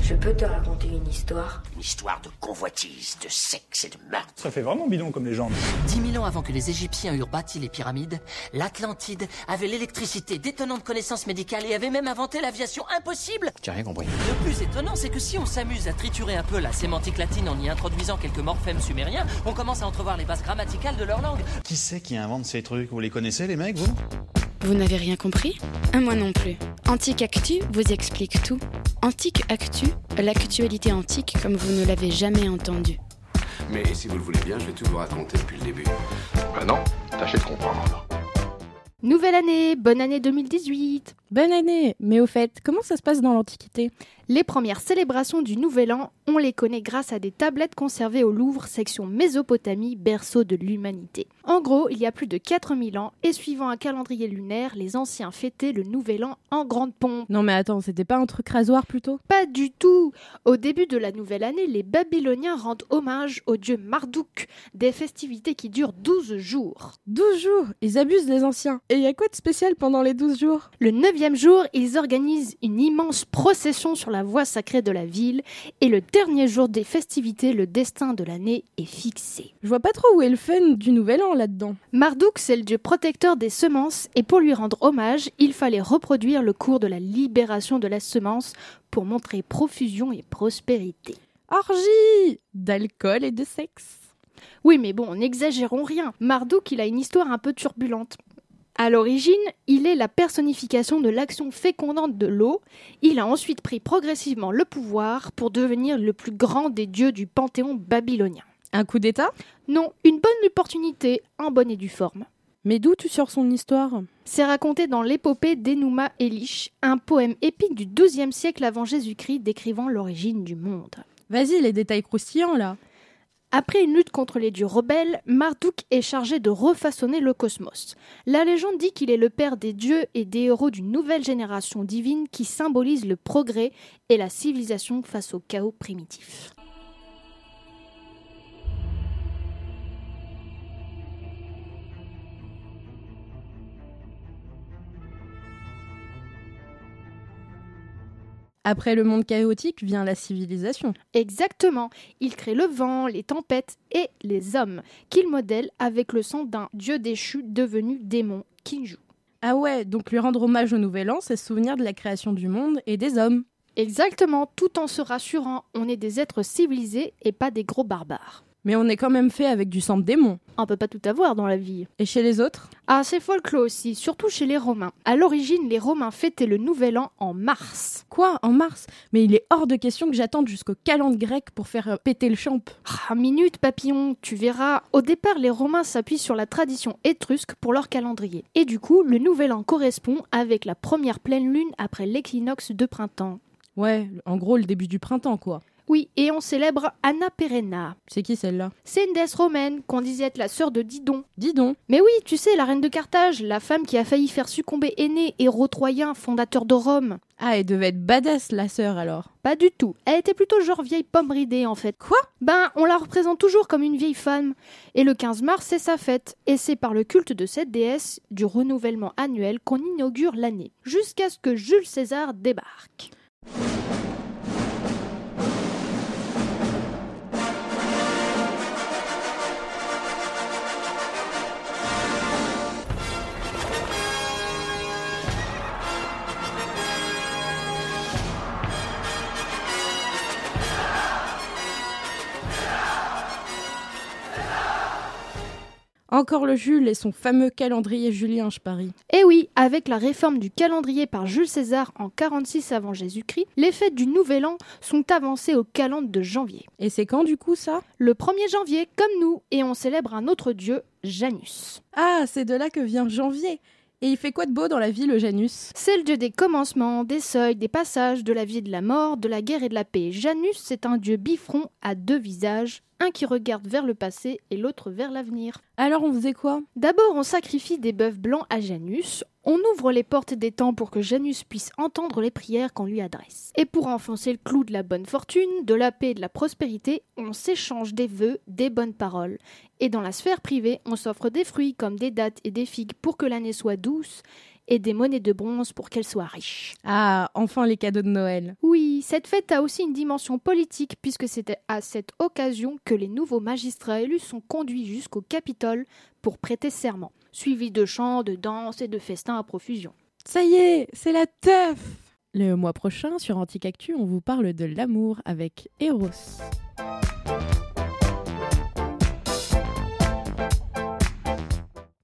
Je peux te raconter une histoire? Une histoire de convoitise, de sexe et de meurtre. Ça fait vraiment bidon comme légende. 10 000 ans avant que les Égyptiens eurent bâti les pyramides, l'Atlantide avait l'électricité, d'étonnantes connaissances médicales et avait même inventé l'aviation impossible. J'ai rien compris. Le plus étonnant, c'est que si on s'amuse à triturer un peu la sémantique latine en y introduisant quelques morphèmes sumériens, on commence à entrevoir les bases grammaticales de leur langue. Qui c'est qui invente ces trucs? Vous les connaissez, les mecs, vous? Vous n'avez rien compris? Moi non plus. Antique Actu vous explique tout. Antique Actu, l'actualité antique comme vous ne l'avez jamais entendu. Mais si vous le voulez bien, je vais tout vous raconter depuis le début. Bah non, tâchez de comprendre. Nouvelle année, bonne année 2018. Bonne année. Mais au fait, comment ça se passe dans l'Antiquité? Les premières célébrations du Nouvel An, on les connaît grâce à des tablettes conservées au Louvre, section Mésopotamie, berceau de l'humanité. En gros, il y a plus de 4000 ans, et suivant un calendrier lunaire, les anciens fêtaient le Nouvel An en grande pompe. Non mais attends, c'était pas un truc rasoir plutôt? Pas du tout. Au début de la nouvelle année, les Babyloniens rendent hommage au dieu Marduk, des festivités qui durent 12 jours. 12 jours? Ils abusent les anciens. Et y a quoi de spécial pendant les 12 jours? Le 9e jour, ils organisent une immense procession sur la voie sacrée de la ville, et le dernier jour des festivités, le destin de l'année est fixé. Je vois pas trop où est le fun du Nouvel An là-dedans. Marduk, c'est le dieu protecteur des semences, et pour lui rendre hommage, il fallait reproduire le cours de la libération de la semence pour montrer profusion et prospérité. Orgie d'alcool et de sexe. Oui, mais bon, n'exagérons rien. Marduk, il a une histoire un peu turbulente. À l'origine, il est la personnification de l'action fécondante de l'eau. Il a ensuite pris progressivement le pouvoir pour devenir le plus grand des dieux du panthéon babylonien. Un coup d'état? Non, une bonne opportunité, en bonne et due forme. Mais d'où tu sors son histoire? C'est raconté dans l'épopée d'Enuma Elish, un poème épique du XIIe siècle avant Jésus-Christ décrivant l'origine du monde. Vas-y, les détails croustillants là. Après une lutte contre les dieux rebelles, Marduk est chargé de refaçonner le cosmos. La légende dit qu'il est le père des dieux et des héros d'une nouvelle génération divine qui symbolise le progrès et la civilisation face au chaos primitif. Après le monde chaotique vient la civilisation. Exactement. Il crée le vent, les tempêtes et les hommes, qu'il modèle avec le sang d'un dieu déchu devenu démon, Kinju. Ah ouais, donc lui rendre hommage au Nouvel An, c'est se souvenir de la création du monde et des hommes. Exactement, tout en se rassurant, on est des êtres civilisés et pas des gros barbares. Mais on est quand même fait avec du sang de démon. On peut pas tout avoir dans la vie. Et chez les autres? Ah, c'est folklore aussi, surtout chez les Romains. À l'origine, les Romains fêtaient le Nouvel An en mars. Quoi? En mars? Mais il est hors de question que j'attende jusqu'au calende grec pour faire péter le champ. Ah, minute, papillon, tu verras. Au départ, les Romains s'appuient sur la tradition étrusque pour leur calendrier. Et du coup, le Nouvel An correspond avec la première pleine lune après l'équinoxe de printemps. Ouais, en gros, le début du printemps, quoi. Oui, et on célèbre Anna Perenna. C'est qui celle-là? C'est une déesse romaine qu'on disait être la sœur de Didon. Didon? Mais oui, tu sais, la reine de Carthage, la femme qui a failli faire succomber Énée, héros troyen, fondateur de Rome. Ah, elle devait être badass, la sœur, alors. Pas du tout. Elle était plutôt genre vieille pomme ridée, en fait. Quoi? Ben, on la représente toujours comme une vieille femme. Et le 15 mars, c'est sa fête. Et c'est par le culte de cette déesse, du renouvellement annuel, qu'on inaugure l'année. Jusqu'à ce que Jules César débarque. Encore le Jules et son fameux calendrier julien, je parie. Et oui, avec la réforme du calendrier par Jules César en 46 avant Jésus-Christ, les fêtes du Nouvel An sont avancées au calende de janvier. Et c'est quand du coup ça? Le 1er janvier, comme nous, et on célèbre un autre dieu, Janus. Ah, c'est de là que vient janvier. Et il fait quoi de beau dans la vie, le Janus? C'est le dieu des commencements, des seuils, des passages, de la vie et de la mort, de la guerre et de la paix. Janus, c'est un dieu bifront à deux visages, un qui regarde vers le passé et l'autre vers l'avenir. Alors on faisait quoi? D'abord, on sacrifie des bœufs blancs à Janus. On ouvre les portes des temps pour que Janus puisse entendre les prières qu'on lui adresse. Et pour enfoncer le clou de la bonne fortune, de la paix et de la prospérité, on s'échange des vœux, des bonnes paroles. Et dans la sphère privée, on s'offre des fruits comme des dattes et des figues pour que l'année soit douce. et des monnaies de bronze pour qu'elle soit riche. Ah, enfin les cadeaux de Noël. Oui, cette fête a aussi une dimension politique puisque c'était à cette occasion que les nouveaux magistrats élus sont conduits jusqu'au Capitole pour prêter serment, suivis de chants, de danses et de festins à profusion. Ça y est, c'est la teuf. Le mois prochain, sur Antique Actu, on vous parle de l'amour avec Eros.